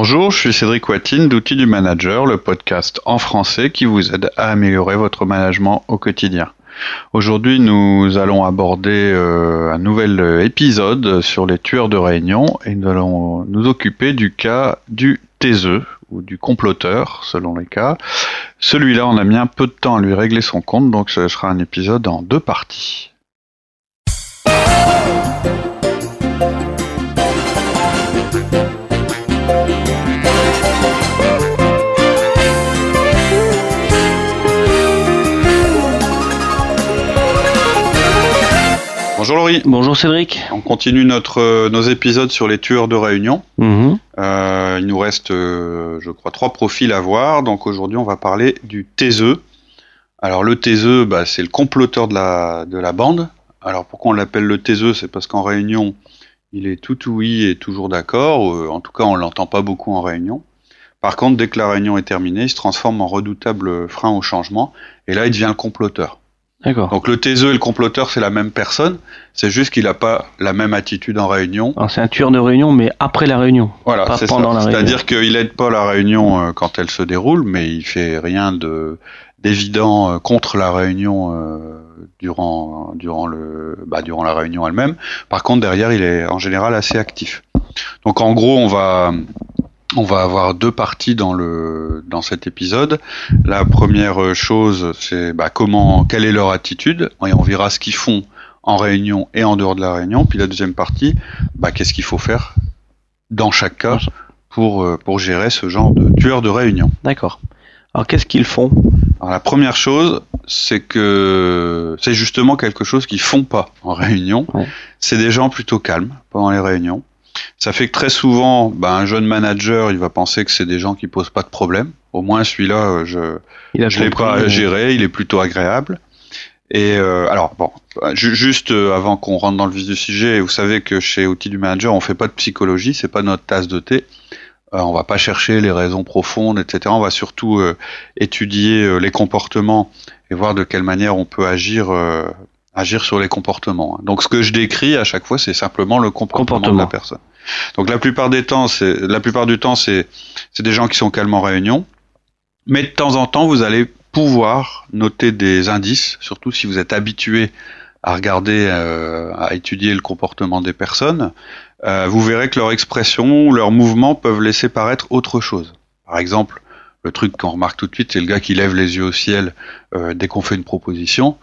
Bonjour, je suis Cédric Watine d'Outils du Manager, le podcast en français qui vous aide à améliorer votre management au quotidien. Aujourd'hui, nous allons aborder un nouvel épisode sur les tueurs de réunion et nous allons nous occuper du cas du taiseux ou du comploteur, selon les cas. Celui-là, on a mis un peu de temps à lui régler son compte, donc ce sera un épisode en 2 parties. Bonjour Laurie. Bonjour Cédric. On continue nos épisodes sur les tueurs de réunion. Il nous reste, je crois, 3 profils à voir. Donc aujourd'hui, on va parler du taiseux. Alors le taiseux, c'est le comploteur de la bande. Alors pourquoi on l'appelle le taiseux ? C'est parce qu'en réunion, il est tout oui et toujours d'accord. En tout cas, on l'entend pas beaucoup en réunion. Par contre, dès que la réunion est terminée, il se transforme en redoutable frein au changement. Et là, il devient le comploteur. D'accord. Donc le taiseux et le comploteur, c'est la même personne, c'est juste qu'il n'a pas la même attitude en réunion. Alors c'est un tueur de réunion, mais après la réunion, voilà, pas c'est pendant ça. la réunion. C'est-à-dire qu'il n'aide pas la réunion quand elle se déroule, mais il fait rien d'évident contre la réunion durant la réunion elle-même. Par contre, derrière, il est en général assez actif. Donc en gros, on va avoir 2 parties dans cet épisode. La première chose, c'est quelle est leur attitude, et on verra ce qu'ils font en réunion et en dehors de la réunion. Puis la deuxième partie, qu'est-ce qu'il faut faire dans chaque cas pour gérer ce genre de tueur de réunion. D'accord. Alors qu'est-ce qu'ils font ? Alors la première chose, c'est que c'est justement quelque chose qu'ils font pas en réunion. Ouais. C'est des gens plutôt calmes pendant les réunions. Ça fait que très souvent, un jeune manager, il va penser que c'est des gens qui posent pas de problème. Au moins celui-là, je l'ai pas géré, il est plutôt agréable. Et juste avant qu'on rentre dans le vif du sujet, vous savez que chez Outils du Manager, on fait pas de psychologie, c'est pas notre tasse de thé. On va pas chercher les raisons profondes, etc. On va surtout étudier les comportements et voir de quelle manière on peut agir sur les comportements. Donc ce que je décris à chaque fois, c'est simplement le comportement de la personne. Donc la plupart du temps, c'est des gens qui sont calmes en réunion, mais de temps en temps, vous allez pouvoir noter des indices, surtout si vous êtes habitué à regarder, à étudier le comportement des personnes. Vous verrez que leur expression, leurs mouvements peuvent laisser paraître autre chose. Par exemple, le truc qu'on remarque tout de suite, c'est le gars qui lève les yeux au ciel dès qu'on fait une proposition.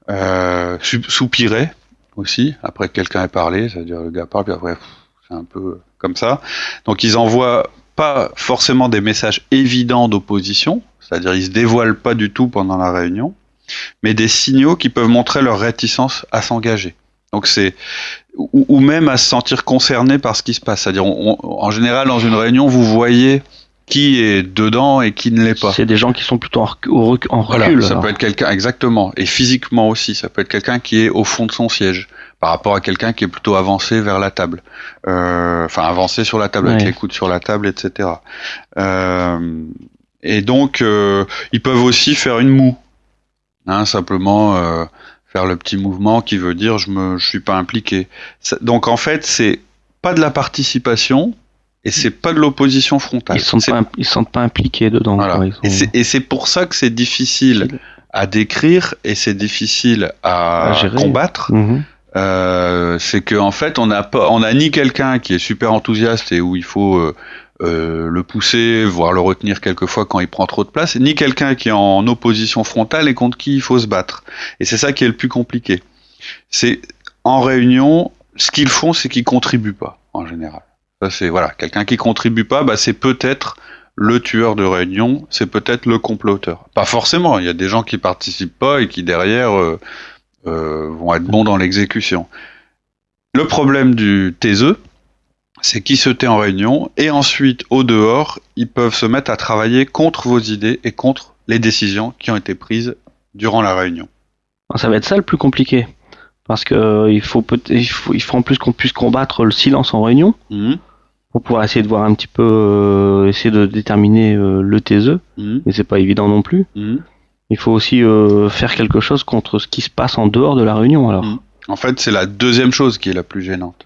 Soupirer aussi après que quelqu'un ait parlé, c'est-à-dire le gars parle puis après c'est un peu comme ça. Donc ils envoient pas forcément des messages évidents d'opposition, c'est-à-dire ils se dévoilent pas du tout pendant la réunion, mais des signaux qui peuvent montrer leur réticence à s'engager. Donc c'est ou même à se sentir concerné par ce qui se passe, c'est-à-dire en général dans une réunion vous voyez qui est dedans et qui ne l'est pas. C'est des gens qui sont plutôt en recul. Voilà, ça peut être quelqu'un, exactement, et physiquement aussi, ça peut être quelqu'un qui est au fond de son siège, par rapport à quelqu'un qui est plutôt avancé vers la table, avancé sur la table, avec les coudes sur la table, etc. Et donc, ils peuvent aussi faire une moue, simplement faire le petit mouvement qui veut dire je suis pas impliqué. Donc en fait, c'est pas de la participation. Et c'est pas de l'opposition frontale. Ils se sentent pas impliqués dedans. Voilà. Et c'est pour ça que c'est difficile à décrire et c'est difficile à combattre. C'est que en fait, on a ni quelqu'un qui est super enthousiaste et où il faut le pousser, voire le retenir quelquefois quand il prend trop de place, ni quelqu'un qui est en opposition frontale et contre qui il faut se battre. Et c'est ça qui est le plus compliqué. C'est en réunion, ce qu'ils font, c'est qu'ils contribuent pas en général. Ça, c'est quelqu'un qui contribue pas, c'est peut-être le tueur de réunion, c'est peut-être le comploteur. Pas forcément, il y a des gens qui participent pas et qui derrière vont être bons dans l'exécution. Le problème du taiseux, c'est qu'il se tait en réunion et ensuite au dehors, ils peuvent se mettre à travailler contre vos idées et contre les décisions qui ont été prises durant la réunion. Ça va être ça le plus compliqué. Parce que il faut en plus qu'on puisse combattre le silence en réunion. Pour pouvoir essayer de voir un petit peu, essayer de déterminer le taiseux, mais c'est pas évident non plus. Il faut aussi faire quelque chose contre ce qui se passe en dehors de la réunion alors. En fait, c'est la deuxième chose qui est la plus gênante. Ce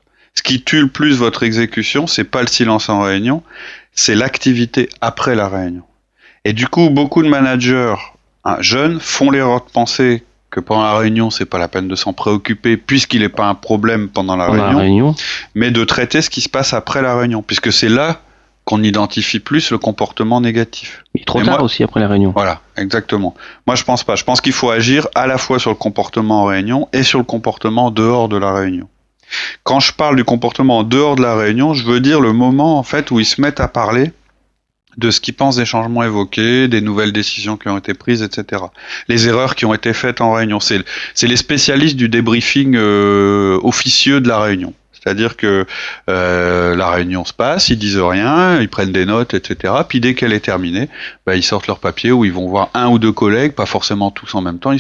Ce qui tue le plus votre exécution, c'est pas le silence en réunion, c'est l'activité après la réunion. Et du coup, beaucoup de managers jeunes font l'erreur de penser que pendant la réunion, c'est pas la peine de s'en préoccuper puisqu'il n'est pas un problème pendant la réunion, mais de traiter ce qui se passe après la réunion, puisque c'est là qu'on identifie plus le comportement négatif. Il est trop tard aussi après la réunion. Voilà, exactement. Moi, je pense pas. Je pense qu'il faut agir à la fois sur le comportement en réunion et sur le comportement dehors de la réunion. Quand je parle du comportement en dehors de la réunion, je veux dire le moment en fait où ils se mettent à parler de ce qu'ils pensent des changements évoqués, des nouvelles décisions qui ont été prises, etc. Les erreurs qui ont été faites en réunion. C'est les spécialistes du débriefing officieux de la réunion. C'est-à-dire que la réunion se passe, ils disent rien, ils prennent des notes, etc. Puis dès qu'elle est terminée, ils sortent leur papier où ils vont voir un ou deux collègues, pas forcément tous en même temps,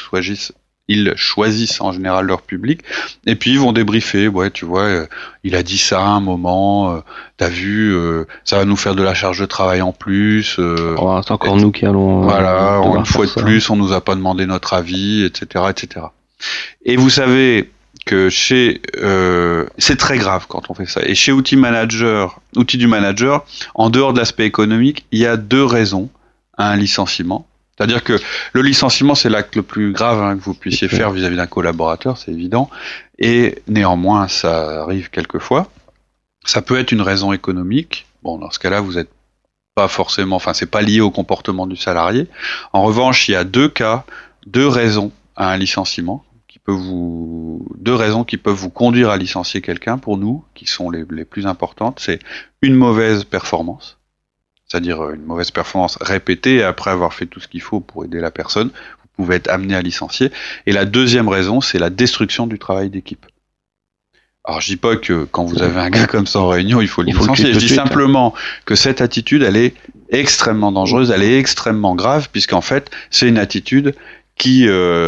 ils choisissent en général leur public, et puis ils vont débriefer. Ouais, tu vois, il a dit ça à un moment, t'as vu, ça va nous faire de la charge de travail en plus. C'est encore nous qui allons... Voilà, une fois de plus, on nous a pas demandé notre avis, etc., etc. Et vous savez que c'est très grave quand on fait ça. Et chez Outils du manager, en dehors de l'aspect économique, il y a 2 raisons à un licenciement. C'est-à-dire que le licenciement, c'est l'acte le plus grave que vous puissiez faire vis-à-vis d'un collaborateur, c'est évident. Et néanmoins, ça arrive quelquefois. Ça peut être une raison économique. Bon, dans ce cas-là, vous n'êtes pas forcément... Enfin, c'est pas lié au comportement du salarié. En revanche, il y a 2 raisons à un licenciement. 2 raisons qui peuvent vous conduire à licencier quelqu'un, pour nous, qui sont les plus importantes. C'est une mauvaise performance. C'est-à-dire une mauvaise performance répétée, et après avoir fait tout ce qu'il faut pour aider la personne, vous pouvez être amené à licencier. Et la deuxième raison, c'est la destruction du travail d'équipe. Alors je dis pas que quand vous avez un gars comme ça en réunion, il faut le licencier. Je dis simplement que cette attitude, elle est extrêmement dangereuse, elle est extrêmement grave, puisqu'en fait, c'est une attitude qui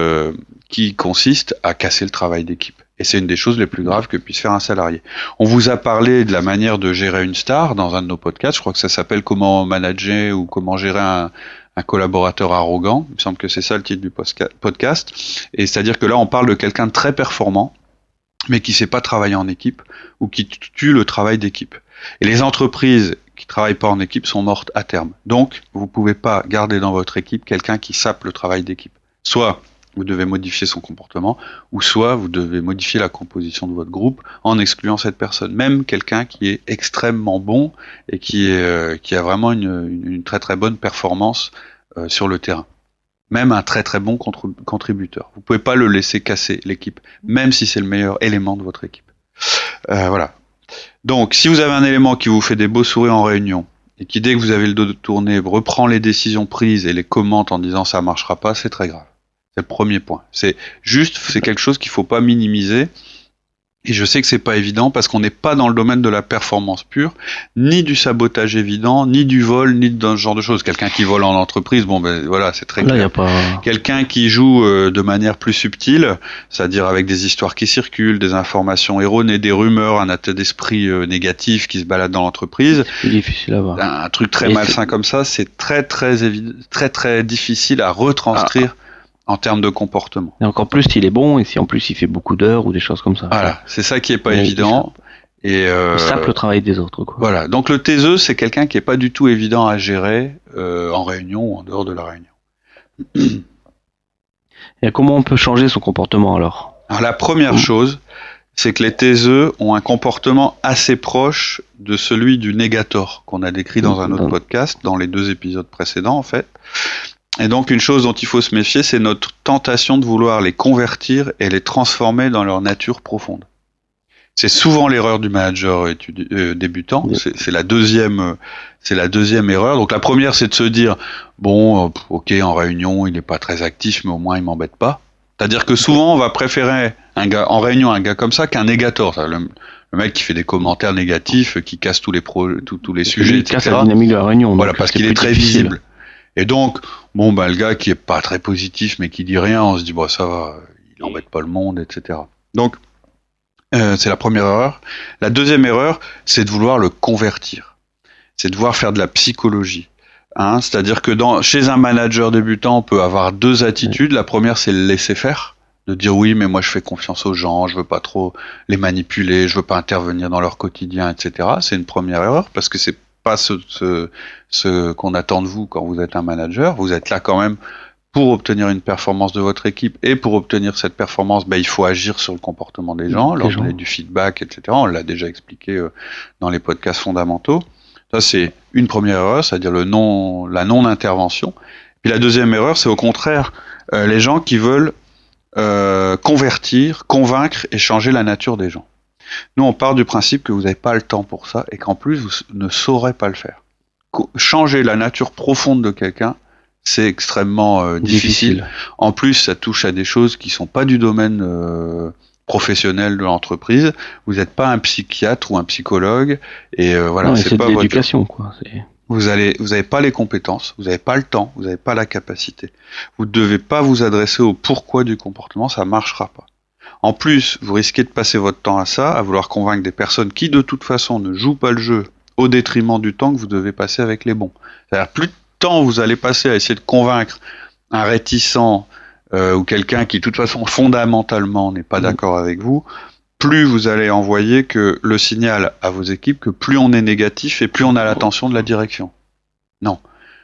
consiste à casser le travail d'équipe. Et c'est une des choses les plus graves que puisse faire un salarié. On vous a parlé de la manière de gérer une star dans un de nos podcasts. Je crois que ça s'appelle Comment manager ou comment gérer un collaborateur arrogant. Il me semble que c'est ça le titre du podcast. Et c'est-à-dire que là, on parle de quelqu'un de très performant, mais qui sait pas travailler en équipe ou qui tue le travail d'équipe. Et les entreprises qui travaillent pas en équipe sont mortes à terme. Donc, vous pouvez pas garder dans votre équipe quelqu'un qui sape le travail d'équipe. Soit vous devez modifier son comportement, ou soit vous devez modifier la composition de votre groupe en excluant cette personne. Même quelqu'un qui est extrêmement bon et qui a vraiment une très très bonne performance sur le terrain. Même un très très bon contributeur. Vous pouvez pas le laisser casser l'équipe, même si c'est le meilleur élément de votre équipe. Voilà. Donc, si vous avez un élément qui vous fait des beaux sourires en réunion, et qui dès que vous avez le dos tourné, reprend les décisions prises et les commente en disant ça marchera pas, c'est très grave. C'est le premier point. C'est quelque chose qu'il faut pas minimiser. Et je sais que c'est pas évident parce qu'on n'est pas dans le domaine de la performance pure, ni du sabotage évident, ni du vol, ni de ce genre de choses. Quelqu'un qui vole en entreprise, voilà, c'est très clair. Là, y a pas... Quelqu'un qui joue de manière plus subtile, c'est-à-dire avec des histoires qui circulent, des informations erronées, des rumeurs, un état d'esprit négatif qui se balade dans l'entreprise. C'est difficile à voir. Un truc très malsain comme ça, c'est très très difficile à retranscrire. En termes de comportement. Et encore plus s'il est bon et si en plus il fait beaucoup d'heures ou des choses comme ça. Voilà, c'est ça qui est pas évident. Il sape le travail des autres, quoi. Voilà, donc le taiseux, c'est quelqu'un qui est pas du tout évident à gérer en réunion ou en dehors de la réunion. Et comment on peut changer son comportement alors la première chose, c'est que les taiseux ont un comportement assez proche de celui du négator qu'on a décrit dans un autre podcast, dans les 2 épisodes précédents en fait. Et donc une chose dont il faut se méfier, c'est notre tentation de vouloir les convertir et les transformer dans leur nature profonde. C'est souvent l'erreur du manager débutant. C'est la deuxième erreur. Donc la première, c'est de se dire bon, ok, en réunion, il n'est pas très actif, mais au moins il m'embête pas. C'est-à-dire que souvent, on va préférer un gars en réunion, un gars comme ça, qu'un négator. Le mec qui fait des commentaires négatifs, qui casse tous les sujets, etc. Casse la dynamique de la réunion. Voilà, parce qu'il est très visible. Et donc, le gars qui est pas très positif, mais qui dit rien, on se dit, ça va, il embête pas le monde, etc. Donc, c'est la première erreur. La deuxième erreur, c'est de vouloir le convertir. C'est de vouloir faire de la psychologie. C'est-à-dire que chez un manager débutant, on peut avoir 2 attitudes. La première, c'est le laisser faire. de dire oui, mais moi je fais confiance aux gens, je veux pas trop les manipuler, je veux pas intervenir dans leur quotidien, etc. C'est une première erreur parce que c'est pas ce qu'on attend de vous quand vous êtes un manager. Vous êtes là quand même pour obtenir une performance de votre équipe, et pour obtenir cette performance, il faut agir sur le comportement des gens, leur donner du feedback, etc. On l'a déjà expliqué dans les podcasts fondamentaux. Ça, c'est une première erreur, c'est-à-dire la non-intervention. Puis la deuxième erreur, c'est au contraire les gens qui veulent convertir, convaincre et changer la nature des gens. Nous, on part du principe que vous n'avez pas le temps pour ça, et qu'en plus, vous ne saurez pas le faire. Changer la nature profonde de quelqu'un, c'est extrêmement difficile. En plus, ça touche à des choses qui sont pas du domaine professionnel de l'entreprise. Vous n'êtes pas un psychiatre ou un psychologue, et voilà, non, c'est pas de l'éducation, quoi. Vous avez pas les compétences, vous n'avez pas le temps, vous n'avez pas la capacité. Vous ne devez pas vous adresser au pourquoi du comportement, ça marchera pas. En plus, vous risquez de passer votre temps à ça, à vouloir convaincre des personnes qui, de toute façon, ne jouent pas le jeu au détriment du temps que vous devez passer avec les bons. C'est-à-dire, plus de temps vous allez passer à essayer de convaincre un réticent ou quelqu'un qui, de toute façon, fondamentalement n'est pas d'accord avec vous, plus vous allez envoyer que le signal à vos équipes que plus on est négatif et plus on a l'attention de la direction. Non.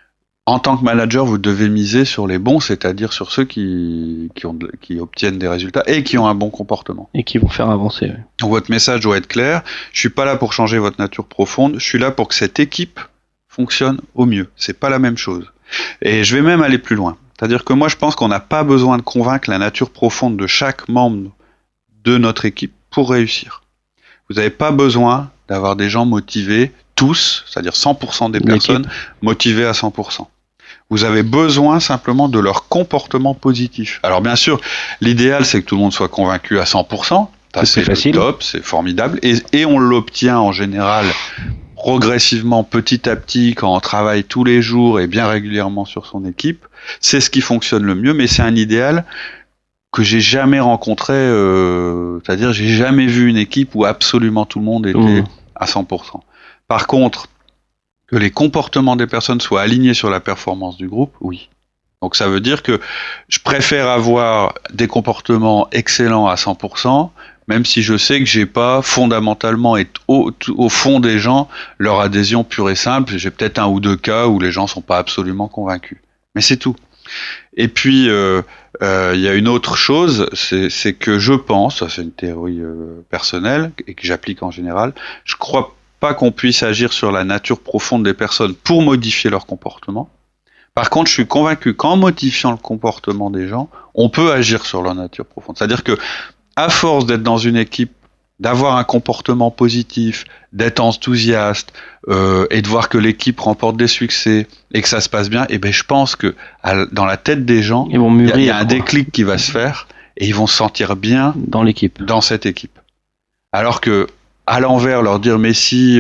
En tant que manager, vous devez miser sur les bons, c'est-à-dire sur ceux qui obtiennent des résultats et qui ont un bon comportement. Et qui vont faire avancer. Oui. Donc votre message doit être clair. Je suis pas là pour changer votre nature profonde. Je suis là pour que cette équipe fonctionne au mieux. C'est pas la même chose. Et je vais même aller plus loin. C'est-à-dire que moi, je pense qu'on n'a pas besoin de convaincre la nature profonde de chaque membre de notre équipe pour réussir. Vous n'avez pas besoin d'avoir des gens motivés, tous, c'est-à-dire 100% des personnes motivées à 100%. Vous avez besoin simplement de leur comportement positif. Alors bien sûr, l'idéal c'est que tout le monde soit convaincu à 100%. Ça, c'est facile. Top, c'est formidable. Et on l'obtient en général progressivement, petit à petit, quand on travaille tous les jours et bien régulièrement sur son équipe. C'est ce qui fonctionne le mieux, mais c'est un idéal que j'ai jamais rencontré. C'est-à-dire, j'ai jamais vu une équipe où absolument tout le monde était à 100%. Par contre, que les comportements des personnes soient alignés sur la performance du groupe, oui. Donc ça veut dire que je préfère avoir des comportements excellents à 100%, même si je sais que j'ai pas fondamentalement et au fond des gens leur adhésion pure et simple. J'ai peut-être un ou deux cas où les gens sont pas absolument convaincus, mais c'est tout. Et puis il y a une autre chose, c'est que je pense, ça c'est une théorie personnelle et que j'applique en général, je crois pas qu'on puisse agir sur la nature profonde des personnes pour modifier leur comportement. Par contre, je suis convaincu qu'en modifiant le comportement des gens, on peut agir sur leur nature profonde. C'est-à-dire que, à force d'être dans une équipe, d'avoir un comportement positif, d'être enthousiaste et de voir que l'équipe remporte des succès et que ça se passe bien, et ben je pense que dans la tête des gens, il y a un déclic qui va se faire et ils vont se sentir bien dans l'équipe, dans cette équipe. Alors que à l'envers, leur dire mais si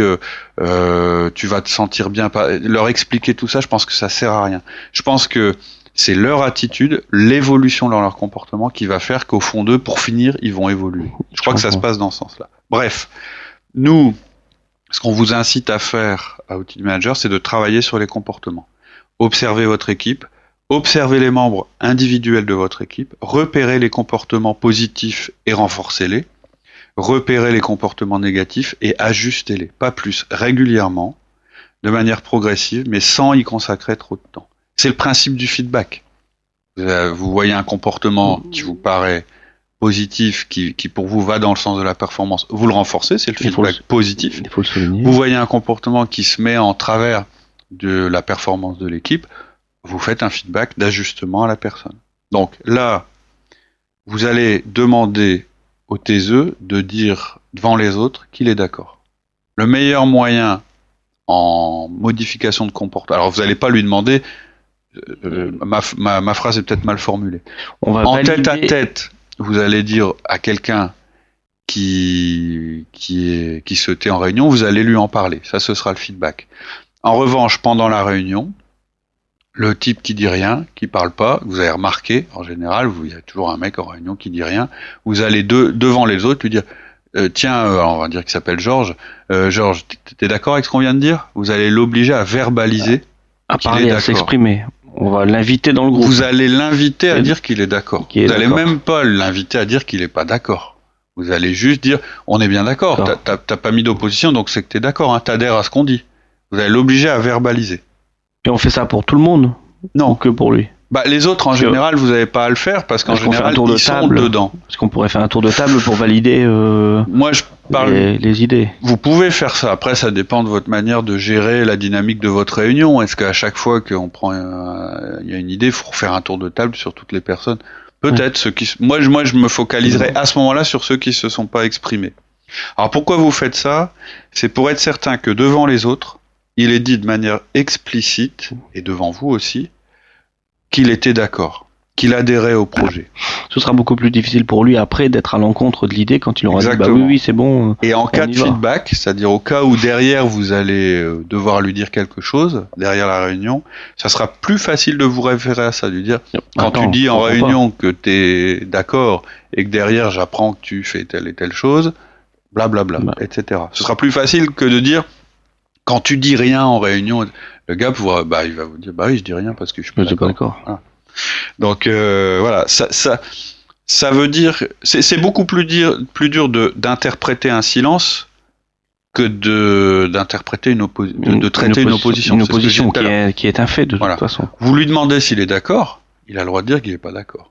tu vas te sentir bien, leur expliquer tout ça, je pense que ça sert à rien. Je pense que c'est leur attitude, l'évolution dans leur comportement qui va faire qu'au fond d'eux, pour finir, ils vont évoluer. Je crois que ça se passe dans ce sens-là. Bref, nous, ce qu'on vous incite à faire à Outils Manager, c'est de travailler sur les comportements. Observez votre équipe, observez les membres individuels de votre équipe, repérez les comportements positifs et renforcez-les. Repérez les comportements négatifs et ajustez-les, pas plus, régulièrement, de manière progressive, mais sans y consacrer trop de temps. C'est le principe du feedback. Vous voyez un comportement qui vous paraît positif, qui pour vous va dans le sens de la performance, vous le renforcez, c'est le feedback positif. Il faut le souligner. Vous voyez un comportement qui se met en travers de la performance de l'équipe, vous faites un feedback d'ajustement à la personne. Donc là, vous allez demander au TSE de dire devant les autres qu'il est d'accord. Le meilleur moyen en modification de comportement, alors vous n'allez pas lui demander, ma phrase est peut-être mal formulée. En tête à tête, vous allez dire à quelqu'un qui se tait en réunion, vous allez lui en parler. Ça, ce sera le feedback. En revanche, pendant la réunion, le type qui dit rien, qui parle pas, vous avez remarqué, en général, il y a toujours un mec en réunion qui dit rien, vous allez devant les autres lui dire tiens, on va dire qu'il s'appelle Georges, Georges, t'es d'accord avec ce qu'on vient de dire? Vous allez l'obliger à verbaliser, à parler, à s'exprimer. On va l'inviter dans le groupe. Vous allez l'inviter à dire qu'il est d'accord. Vous n'allez même pas l'inviter à dire qu'il n'est pas d'accord. Vous allez juste dire, on est bien d'accord. T'as pas mis d'opposition, donc c'est que t'es d'accord. Hein, t'adhères à ce qu'on dit. Vous allez l'obliger à verbaliser. Et on fait ça pour tout le monde? Non. Ou que pour lui? Les autres, en général, vous n'avez pas à le faire parce qu'en général, ils sont dedans. Est-ce qu'on pourrait faire un tour de table pour valider Moi, je parle les idées? Vous pouvez faire ça. Après, ça dépend de votre manière de gérer la dynamique de votre réunion. Est-ce qu'à chaque fois qu'on prend, il y a une idée, il faut faire un tour de table sur toutes les personnes? Peut-être ceux qui. Moi, je me focaliserai à ce moment-là sur ceux qui se sont pas exprimés. Alors, pourquoi vous faites ça? C'est pour être certain que devant les autres, il est dit de manière explicite et devant vous aussi qu'il était d'accord, qu'il adhérait au projet. Ce sera beaucoup plus difficile pour lui après d'être à l'encontre de l'idée quand il aura dit oui, c'est bon. Et en cas de feedback, c'est-à-dire au cas où derrière vous allez devoir lui dire quelque chose, derrière la réunion, ça sera plus facile de vous référer à ça, de lui dire quand tu dis en réunion que tu es d'accord et que derrière j'apprends que tu fais telle et telle chose, blablabla, etc. Ce sera plus facile que de dire quand tu dis rien en réunion, le gars il va vous dire oui, je dis rien parce que je suis pas d'accord. Voilà. Donc voilà, ça veut dire c'est beaucoup plus dur d'interpréter un silence que d'interpréter de traiter une opposition. Une opposition qui est un fait de toute façon. Vous lui demandez s'il est d'accord, il a le droit de dire qu'il n'est pas d'accord.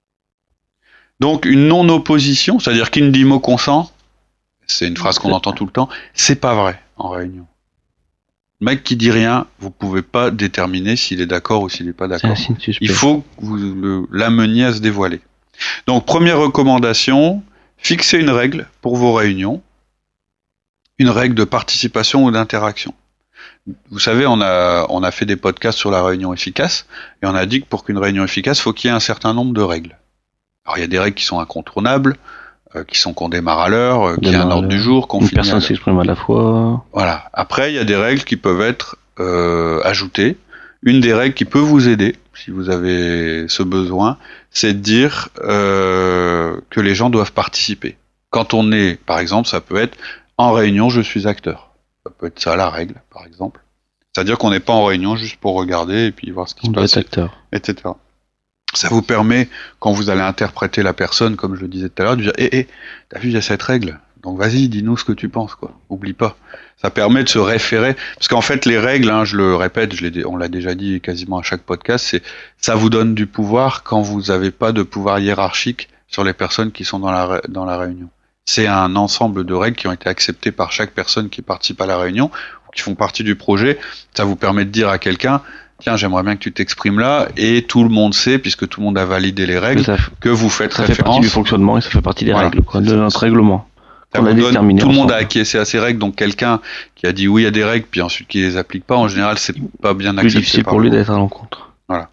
Donc une non-opposition, c'est-à-dire qui ne dit mot consent, c'est une phrase qu'on entend tout le temps, c'est pas vrai en réunion. Le mec qui dit rien, vous pouvez pas déterminer s'il est d'accord ou s'il n'est pas d'accord. Il faut que vous l'ameniez à se dévoiler. Donc, première recommandation, fixez une règle pour vos réunions, une règle de participation ou d'interaction. Vous savez, on a fait des podcasts sur la réunion efficace, et on a dit que pour qu'une réunion efficace, il faut qu'il y ait un certain nombre de règles. Alors, il y a des règles qui sont incontournables, qu'on démarre à l'heure, qu'il y a un ordre du jour, qu'on finit. Une personne s'exprime à la fois. Voilà. Après, il y a des règles qui peuvent être ajoutées. Une des règles qui peut vous aider, si vous avez ce besoin, c'est de dire que les gens doivent participer. Quand on est, par exemple, ça peut être en réunion, je suis acteur. Ça peut être ça la règle, par exemple. C'est-à-dire qu'on n'est pas en réunion juste pour regarder et puis voir ce qui se passe, etc. Ça vous permet, quand vous allez interpréter la personne, comme je le disais tout à l'heure, de dire t'as vu, il y a cette règle, donc vas-y, dis-nous ce que tu penses, quoi. Oublie pas. Ça permet de se référer, parce qu'en fait, les règles, je le répète, on l'a déjà dit quasiment à chaque podcast, ça vous donne du pouvoir quand vous n'avez pas de pouvoir hiérarchique sur les personnes qui sont dans la réunion. C'est un ensemble de règles qui ont été acceptées par chaque personne qui participe à la réunion, ou qui font partie du projet. Ça vous permet de dire à quelqu'un, tiens, j'aimerais bien que tu t'exprimes là, et tout le monde sait, puisque tout le monde a validé les règles, que vous faites référence. Ça fait partie du fonctionnement et ça fait partie des règles, de notre règlement. Tout le monde a acquiescé à ces règles, donc quelqu'un qui a dit oui à des règles, puis ensuite qui les applique pas, en général, c'est pas bien accepté. Plus difficile pour lui d'être à l'encontre. Voilà.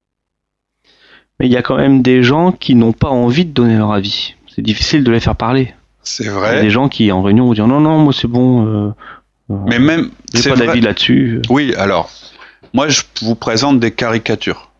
Mais il y a quand même des gens qui n'ont pas envie de donner leur avis. C'est difficile de les faire parler. C'est vrai. Il y a des gens qui, en réunion, vont dire non, moi c'est bon. Mais même, j'ai pas d'avis là-dessus. Oui, alors. Moi, je vous présente des caricatures.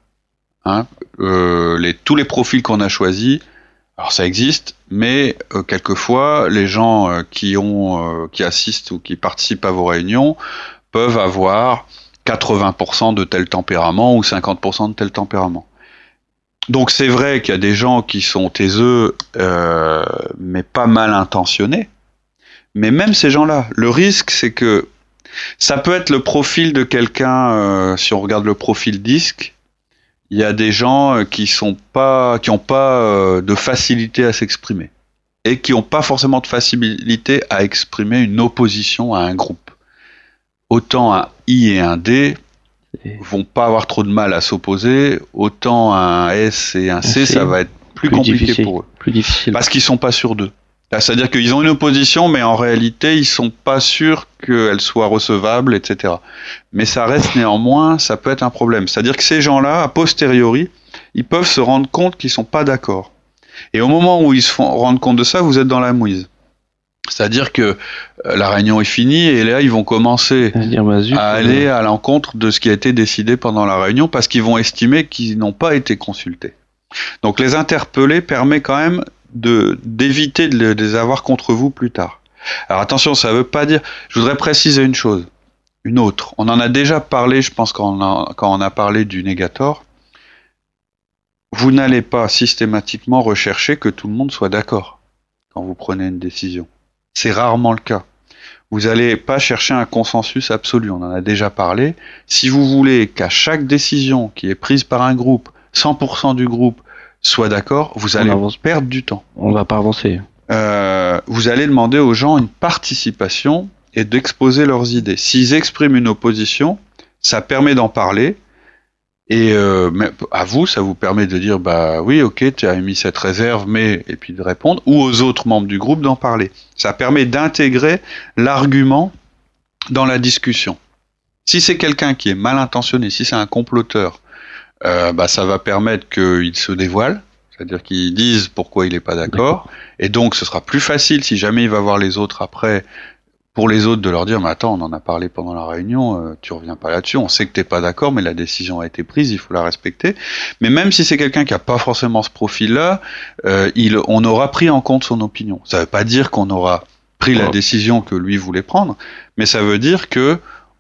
Tous les profils qu'on a choisis, alors ça existe, mais quelquefois, les gens qui assistent ou qui participent à vos réunions peuvent avoir 80% de tel tempérament ou 50% de tel tempérament. Donc c'est vrai qu'il y a des gens qui sont taiseux, mais pas mal intentionnés. Mais même ces gens-là, le risque, c'est que ça peut être le profil de quelqu'un, si on regarde le profil disque, il y a des gens qui ont pas de facilité à s'exprimer et qui n'ont pas forcément de facilité à exprimer une opposition à un groupe. Autant un I et un D vont pas avoir trop de mal à s'opposer, autant un S et un C, ça va être plus compliqué pour eux. Plus difficile. Parce qu'ils sont pas sûrs d'eux. C'est-à-dire qu'ils ont une opposition, mais en réalité, ils sont pas sûrs qu'elle soit recevable, etc. Mais ça reste néanmoins, ça peut être un problème. C'est-à-dire que ces gens-là, a posteriori, ils peuvent se rendre compte qu'ils sont pas d'accord. Et au moment où ils se rendent compte de ça, vous êtes dans la mouise. C'est-à-dire que la réunion est finie et là, ils vont commencer à aller à l'encontre de ce qui a été décidé pendant la réunion parce qu'ils vont estimer qu'ils n'ont pas été consultés. Donc les interpeller permet quand même d'éviter de les avoir contre vous plus tard. Alors attention, ça veut pas dire... Je voudrais préciser une chose. une autre. On en a déjà parlé, je pense, quand on a parlé du Negator. Vous n'allez pas systématiquement rechercher que tout le monde soit d'accord quand vous prenez une décision. C'est rarement le cas. Vous n'allez pas chercher un consensus absolu, on en a déjà parlé. Si vous voulez qu'à chaque décision qui est prise par un groupe, 100% du groupe soit d'accord, vous allez perdre du temps. On ne va pas avancer. Vous allez demander aux gens une participation et d'exposer leurs idées. S'ils expriment une opposition, ça permet d'en parler. Et à vous, ça vous permet de dire bah oui, ok, tu as émis cette réserve, mais et puis de répondre, ou aux autres membres du groupe d'en parler. Ça permet d'intégrer l'argument dans la discussion. Si c'est quelqu'un qui est mal intentionné, si c'est un comploteur, ça va permettre qu'il se dévoile, c'est-à-dire qu'il dise pourquoi il n'est pas d'accord, et donc ce sera plus facile si jamais il va voir les autres après. Pour les autres, de leur dire, mais attends, on en a parlé pendant la réunion, tu reviens pas là-dessus, on sait que t'es pas d'accord, mais la décision a été prise, il faut la respecter. Mais même si c'est quelqu'un qui a pas forcément ce profil-là, on aura pris en compte son opinion. Ça veut pas dire qu'on aura pris la décision que lui voulait prendre, mais ça veut dire que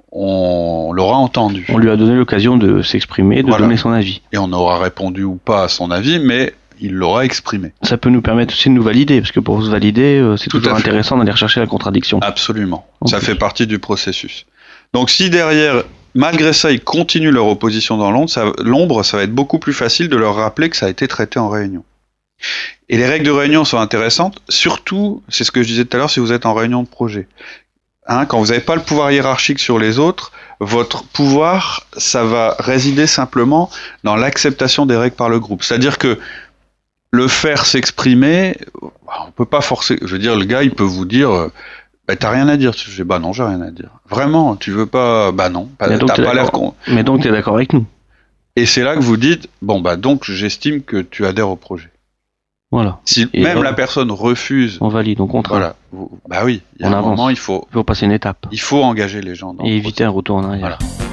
on l'aura entendu. On lui a donné l'occasion de s'exprimer, de donner son avis. Et on aura répondu ou pas à son avis, mais il l'aura exprimé. Ça peut nous permettre aussi de nous valider, parce que pour se valider, c'est toujours intéressant d'aller rechercher la contradiction. Absolument. Ça fait partie du processus. Donc si derrière, malgré ça, ils continuent leur opposition dans l'ombre, ça va être beaucoup plus facile de leur rappeler que ça a été traité en réunion. Et les règles de réunion sont intéressantes, surtout, c'est ce que je disais tout à l'heure, si vous êtes en réunion de projet. Quand vous n'avez pas le pouvoir hiérarchique sur les autres, votre pouvoir, ça va résider simplement dans l'acceptation des règles par le groupe. C'est-à-dire que le faire s'exprimer, on peut pas forcer. Je veux dire, le gars, il peut vous dire, t'as rien à dire. Je dis, non, j'ai rien à dire. Vraiment, tu veux pas, non. T'as pas l'air con. Mais donc, t'es d'accord avec nous. Et c'est là que vous dites, donc, j'estime que tu adhères au projet. Voilà. Si même la personne refuse. On valide, on contraint. Voilà. Oui. Il y a un moment, il faut passer une étape. Il faut engager les gens. Et éviter un retour en arrière. Voilà.